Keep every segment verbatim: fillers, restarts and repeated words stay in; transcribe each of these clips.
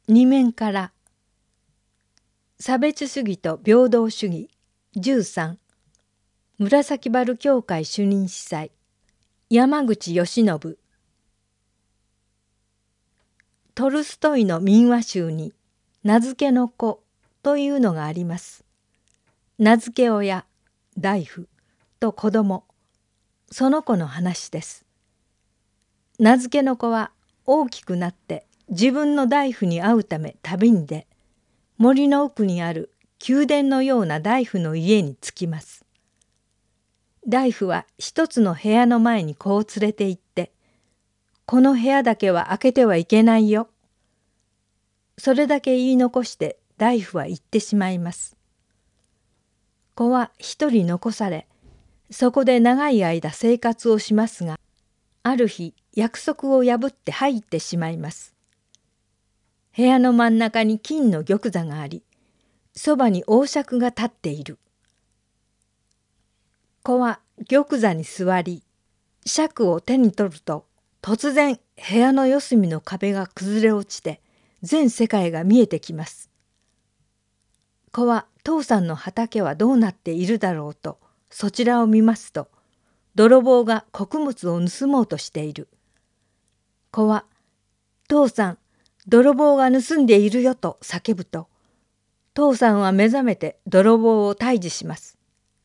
二面から差別主義と平等主義じゅうさん紫原教会主任司祭山口義信。トルストイの民話集に名付けの子というのがあります。名付け親、大夫と子供、その子の話です。名付けの子は大きくなって自分の大夫に会うため旅に出、森の奥にある宮殿のような大夫の家に着きます。大夫は一つの部屋の前に子を連れて行って、この部屋だけは開けてはいけないよ。それだけ言い残して大夫は行ってしまいます。子は一人残され、そこで長い間生活をしますが、ある日約束を破って入ってしまいます。部屋の真ん中に金の玉座があり、そばに王爵が立っている。子は玉座に座り、笏を手に取ると、突然部屋の四隅の壁が崩れ落ちて、全世界が見えてきます。子は父さんの畑はどうなっているだろうと、そちらを見ますと、泥棒が穀物を盗もうとしている。子は、父さん、泥棒が盗んでいるよと叫ぶと、父さんは目覚めて泥棒を退治します。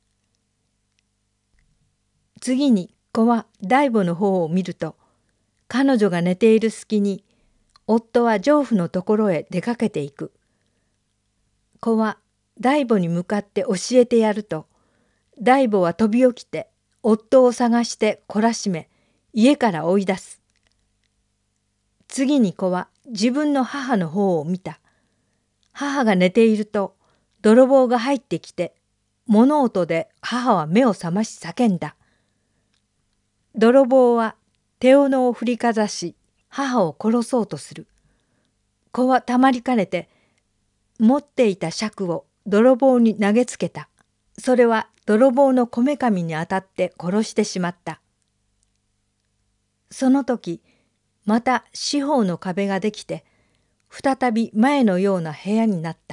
次に子は大母の方を見ると、彼女が寝ている隙に、夫は丈夫のところへ出かけていく。子は大母に向かって教えてやると、大母は飛び起きて夫を探して懲らしめ、家から追い出す。次に子は自分の母の方を見た。母が寝ていると、泥棒が入ってきて、物音で母は目を覚まし叫んだ。泥棒は手斧を振りかざし、母を殺そうとする。子はたまりかねて、持っていた笏を泥棒に投げつけた。それは泥棒のこめかみに当たって殺してしまった。その時、また四方の壁ができて、再び前のような部屋になった。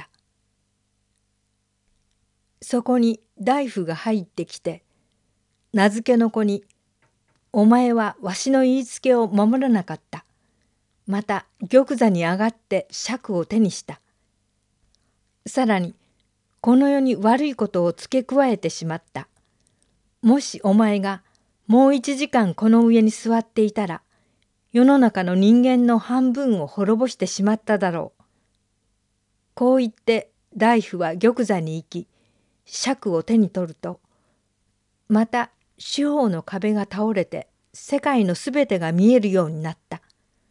そこに大夫が入ってきて、名付けの子に、お前はわしの言いつけを守らなかった。また玉座に上がって笏を手にした。さらに、この世に悪いことを付け加えてしまった。もしお前がもう一時間この上に座っていたら、世の中の人間の半分を滅ぼしてしまっただろう。こう言って大夫は玉座に行き、笏を手に取ると、また四方の壁が倒れて世界のすべてが見えるようになった。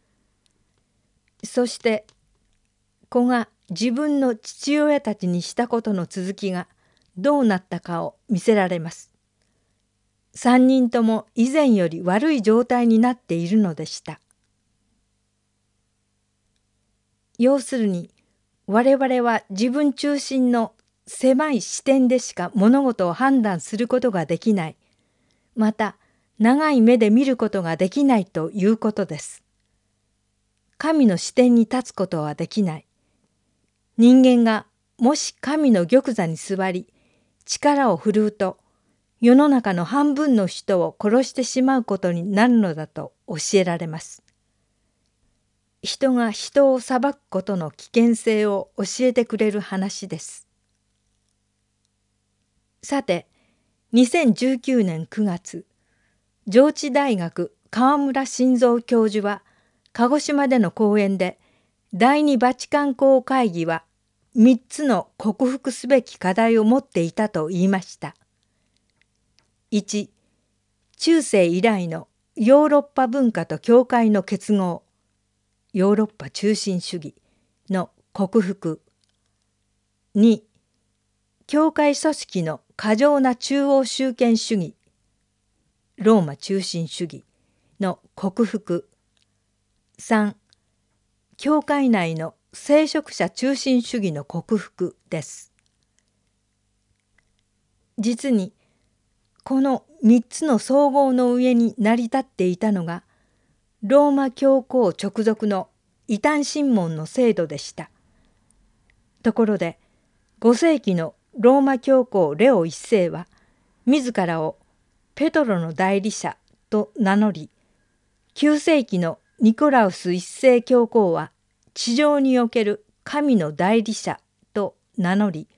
そして子が自分の父親たちにしたことの続きがどうなったかを見せられます。三人とも以前より悪い状態になっているのでした。要するに、我々は自分中心の狭い視点でしか物事を判断することができない。また、長い目で見ることができないということです。神の視点に立つことはできない。人間がもし神の玉座に座り、力を振るうと、世の中の半分の人を殺してしまうことになるのだと教えられます。人が人を裁くことの危険性を教えてくれる話です。さて、にせんじゅうきゅうねんくがつ、上智大学河村信三教授は、鹿児島での講演で、第二バチカン公会議はみっつの克服すべき課題を持っていたと言いました。いち、中世以来のヨーロッパ文化と教会の結合、ヨーロッパ中心主義の克服。に、教会組織の過剰な中央集権主義、ローマ中心主義の克服。さん、教会内の聖職者中心主義の克服です。実に、この三つの総合の上に成り立っていたのが、ローマ教皇直属の異端審問の制度でした。ところでご世紀のローマ教皇レオ一世は自らをペトロの代理者と名乗り、きゅう世紀のニコラウス一世教皇は地上における神の代理者と名乗り、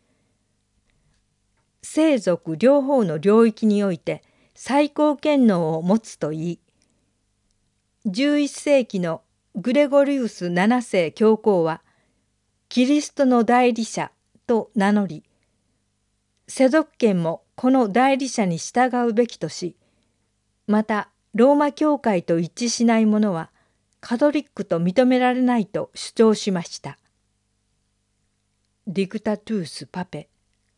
聖俗両方の領域において最高権能を持つといい、じゅういっ世紀のグレゴリウスなな世教皇はキリストの代理者と名乗り、世俗権もこの代理者に従うべきとし、またローマ教会と一致しない者はカトリックと認められないと主張しました。ディクタトゥース・パペ。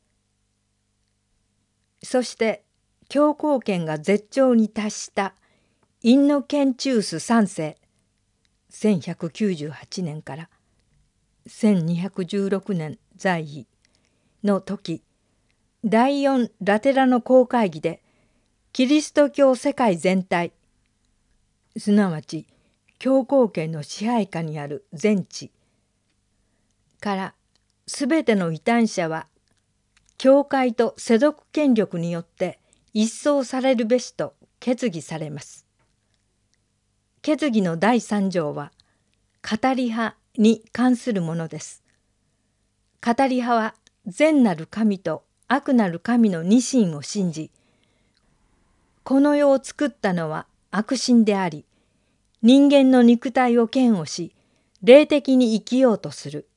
そして教皇権が絶頂に達したインノケンチウスさん世せんひゃくきゅうじゅうはちねんからせんにひゃくじゅうろくねん在位の時、第四ラテラノ公会議でキリスト教世界全体、すなわち教皇権の支配下にある全地からすべての異端者は教会と世俗権力によって一掃されるべしと決議されます。決議のだいさん条は語り派に関するものです。語り派は善なる神と悪なる神の二神を信じ、この世を作ったのは悪神であり、人間の肉体を嫌悪し、霊的に生きようとする。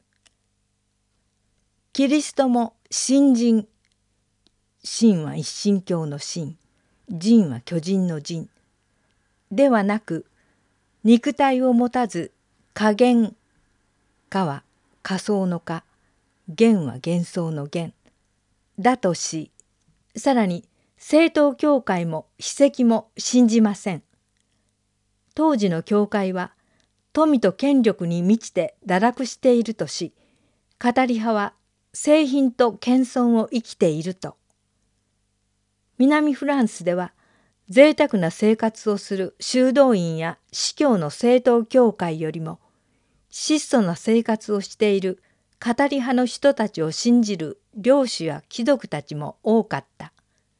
キリストも神人、神は一神教の神、人は巨人の人ではなく、肉体を持たず下元、下は下層の下、元は幻想の元だとし、さらに正統教会も秘跡も信じません。当時の教会は富と権力に満ちて堕落しているとし、語り派は聖品と謙遜を生きていると。南フランスでは贅沢な生活をする修道院や司教の正統教会よりも質素な生活をしている語り派の人たちを信じる領主や貴族たちも多かった。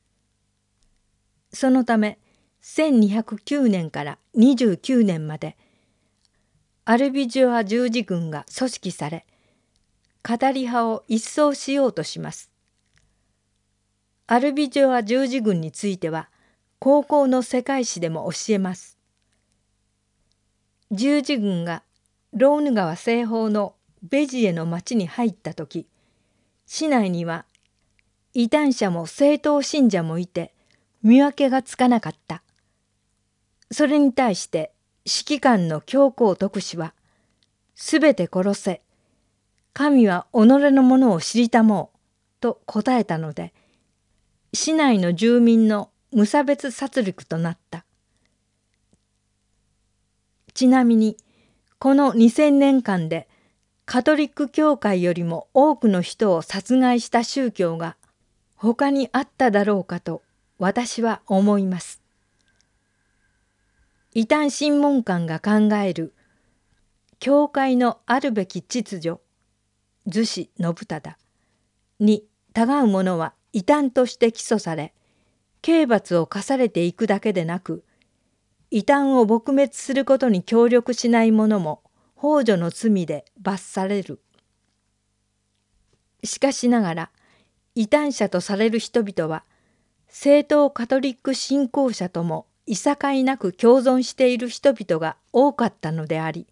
そのためせんにひゃくきゅうねんからにじゅうきゅうねんまでアルビジュア十字軍が組織され、語り派を一掃しようとします。アルビジョア十字軍については高校の世界史でも教えます。十字軍がローヌ川西方のベジエの町に入った時、市内には異端者も正統信者もいて見分けがつかなかった。それに対して指揮官の教皇徳氏は、すべて殺せ、神は己のものを知りたもうと答えたので、市内の住民の無差別殺戮となった。ちなみにこのにせんねんかんでカトリック教会よりも多くの人を殺害した宗教が他にあっただろうかと私は思います。異端審問官が考える教会のあるべき秩序、図師信忠にたがう者は異端として起訴され、刑罰を課されていくだけでなく、異端を撲滅することに協力しない者も幇助の罪で罰される。しかしながら異端者とされる人々は正統カトリック信仰者ともいさかいなく共存している人々が多かったのであり、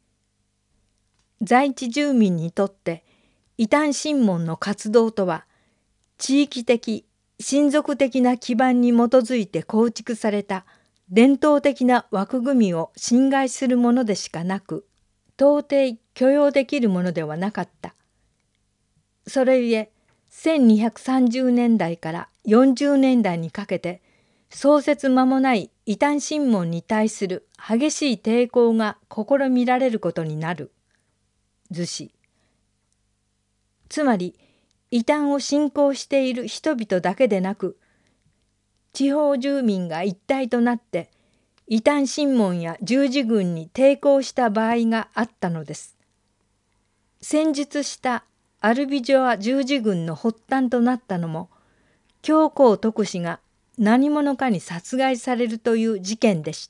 在地住民にとって異端審問の活動とは地域的親族的な基盤に基づいて構築された伝統的な枠組みを侵害するものでしかなく、到底許容できるものではなかった。それゆえせんにひゃくさんじゅうねんだいからよんじゅうねんだいにかけて創設間もない異端審問に対する激しい抵抗が試みられることになる。図示。つまり異端を信仰している人々だけでなく、地方住民が一体となって異端審問や十字軍に抵抗した場合があったのです。戦術したアルビジョア十字軍の発端となったのも、教皇徳氏が何者かに殺害されるという事件でした。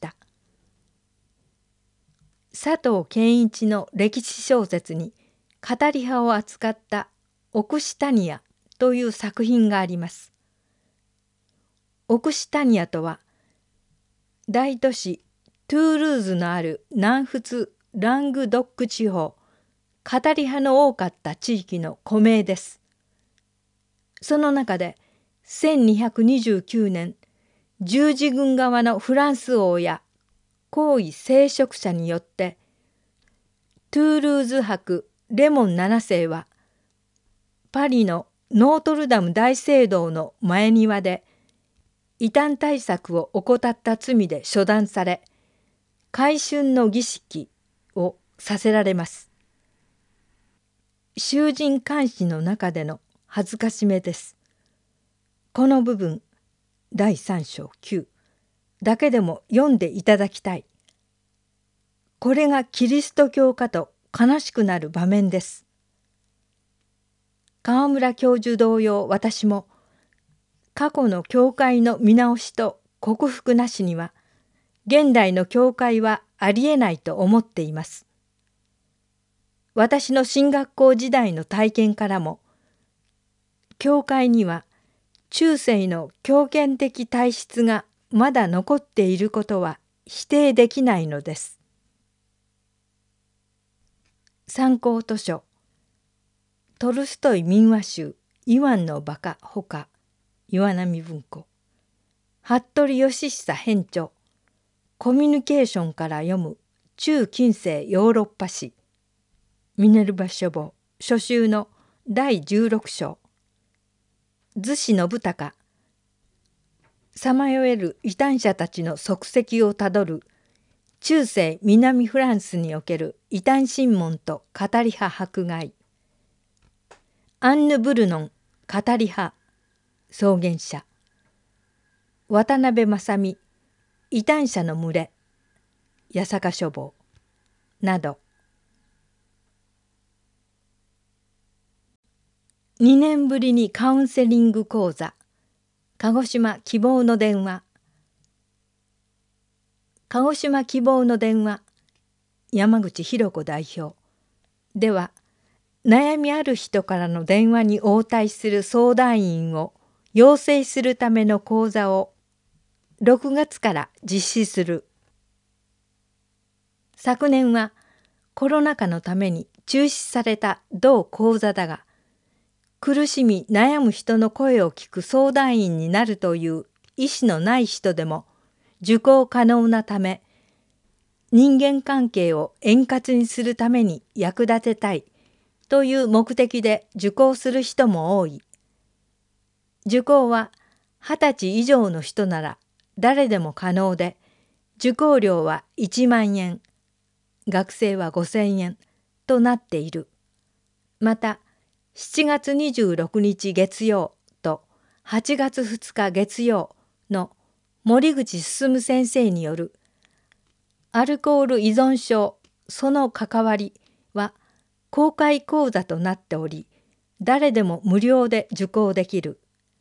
佐藤健一の歴史小説に語り派を扱ったオクシタニアという作品があります。オクシタニアとは、大都市トゥールーズのある南仏ラングドック地方、語り派の多かった地域の古名です。その中でせんにひゃくにじゅうきゅうねん、十字軍側のフランス王や高位聖職者によってトゥールーズ伯レモンななせいはパリのノートルダム大聖堂の前庭で異端対策を怠った罪で処断され、改悛の儀式をさせられます。囚人監視の中での恥ずかしめです。この部分、だいさん章きゅうだけでも読んでいただきたい。これがキリスト教かと悲しくなる場面です。川村教授同様、私も過去の教会の見直しと克服なしには現代の教会はありえないと思っています。私の神学校時代の体験からも、教会には中世の強権的体質がまだ残っていることは否定できないのです。参考図書、トルストイ民話集イワンのバカほか岩波文庫、服部義久編著、コミュニケーションから読む中近世ヨーロッパ史、ミネルヴァ書房初秋のだいじゅうろく章、逗子信孝、さまよえる異端者たちの足跡をたどる中世南フランスにおける異端審問と語り派迫害、アンヌ・ブルノン語り派草原者、渡辺正美異端者の群れ八坂書房など、にねんぶりにカウンセリング講座、鹿児島希望の電話、鹿児島希望の電話、山口博子代表では、悩みある人からの電話に応対する相談員を養成するための講座をろくがつから実施する。昨年はコロナ禍のために中止された同講座だが、苦しみ悩む人の声を聞く相談員になるという意思のない人でも受講可能なため、人間関係を円滑にするために役立てたいという目的で受講する人も多い。受講ははたち以上の人なら誰でも可能で、受講料はいちまんえん、学生はごせんえんとなっている。また、しちがつにじゅうろくにち月曜とはちがつふつか月曜の森口進先生によるアルコール依存症その関わりは公開講座となっており、誰でも無料で受講できる。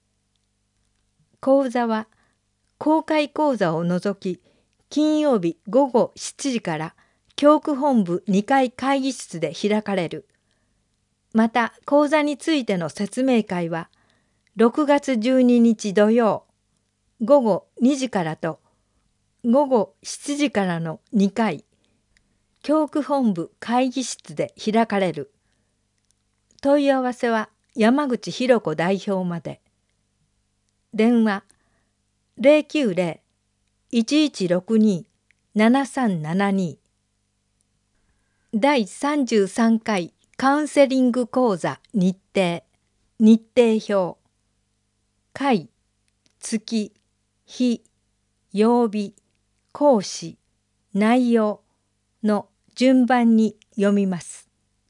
講座は公開講座を除き金曜日ごごしちじから教区本部にかい会議室で開かれる。また講座についての説明会はろくがつじゅうににち土曜ごごにじからとごごしちじからのにかい教区本部会議室で開かれる。問い合わせは山口博子代表まで。電話ゼロきゅうゼロ いちいちろくに ななさんななに。だいさんじゅうさんかいカウンセリング講座日程、日程表、回、月、日、曜日、講師、内容の順番に読みます。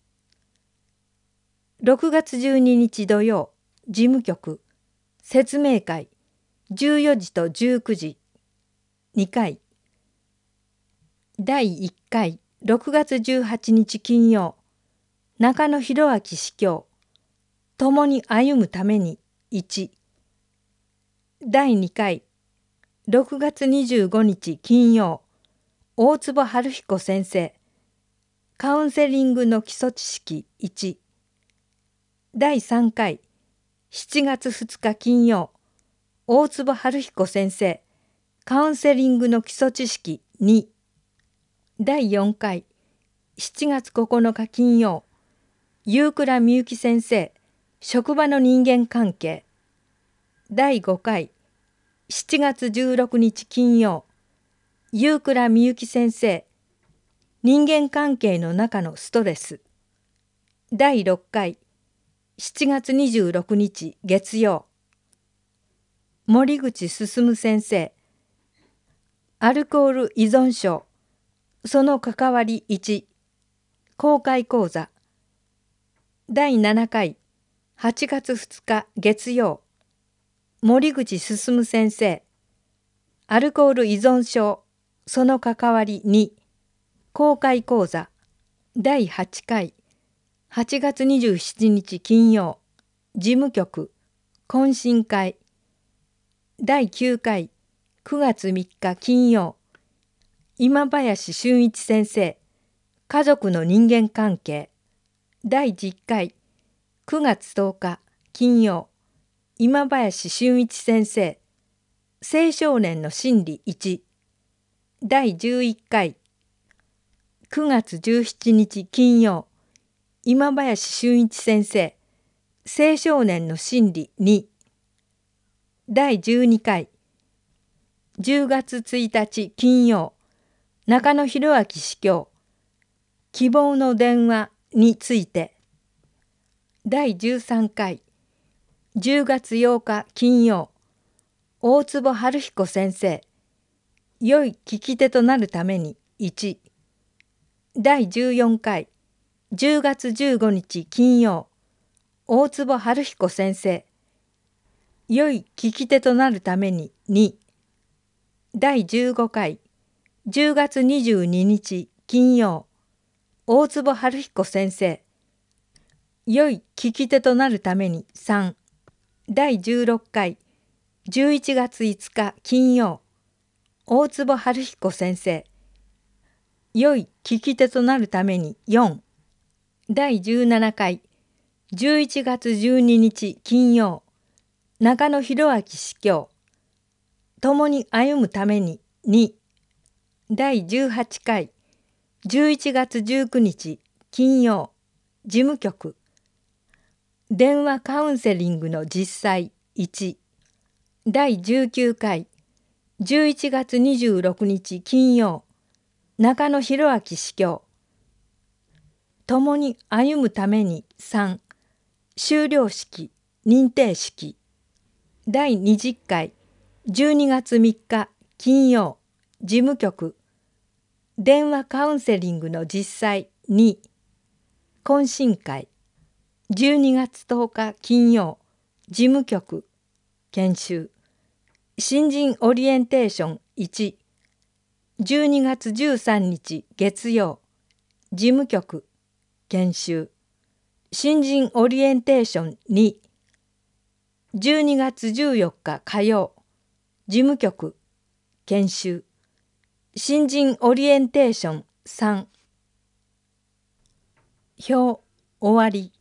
ろくがつじゅうににち土曜、事務局、説明会、じゅうよじとじゅうくじ、にかい、 だいいっかいろくがつじゅうはちにち金曜、中野博明司教、共に歩むためにいち。だいにかいろくがつにじゅうごにち金曜、大坪春彦先生、カウンセリングの基礎知識いち。だいさんかいしちがつふつか金曜、大坪春彦先生、カウンセリングの基礎知識に。だいよんかいしちがつここのか金曜、夕倉みゆき先生、職場の人間関係。だいごかいしちがつじゅうろくにち金曜、夕倉みゆき先生、人間関係の中のストレス。だいろっかいしちがつにじゅうろくにち月曜、森口進先生、アルコール依存症、その関わりいち、公開講座。だいななかいはちがつふつか月曜、森口進先生、アルコール依存症、その関わりに、公開講座。だいはちかいはちがつにじゅうしちにち金曜、事務局、懇親会。だいきゅうかいくがつみっか金曜、今林俊一先生、家族の人間関係。だいじゅっかいくがつとおか金曜、今林俊一先生、青少年の心理いち。だいじゅういっかいくがつじゅうしちにち金曜、今林俊一先生、青少年の心理に。だいじゅうにかいじゅうがつついたち金曜、中野博明司教、希望の電話について。だいじゅうさんかいじゅうがつようか金曜、大坪春彦先生、良い聞き手となるためにいち。だいじゅうよんかいじゅうがつじゅうごにち金曜、大坪春彦先生、良い聞き手となるためにに。だいじゅうごかいじゅうがつにじゅうににち金曜、大坪春彦先生、良い聞き手となるためにさん。だいじゅうろっかいじゅういちがついつか金曜、大坪春彦先生、良い聞き手となるためによん。だいじゅうななかいじゅういちがつじゅうににち金曜、中野博明司教、共に歩むためにに。だいじゅうはちかいじゅういちがつじゅうくにち金曜、事務局、電話カウンセリングの実際いち。だいじゅうきゅうかいじゅういちがつにじゅうろくにち金曜、中野博明司教、共に歩むためにさん。修了式、認定式。だいにじゅっかいじゅうにがつみっか金曜、事務局、電話カウンセリングの実際に。懇親会。じゅうにがつとおか金曜、事務局、研修。新人オリエンテーションいち。じゅうにがつじゅうさんにち月曜、事務局、研修。新人オリエンテーションに。じゅうにがつじゅうよっか火曜、事務局、研修。新人オリエンテーションさん。表終わり。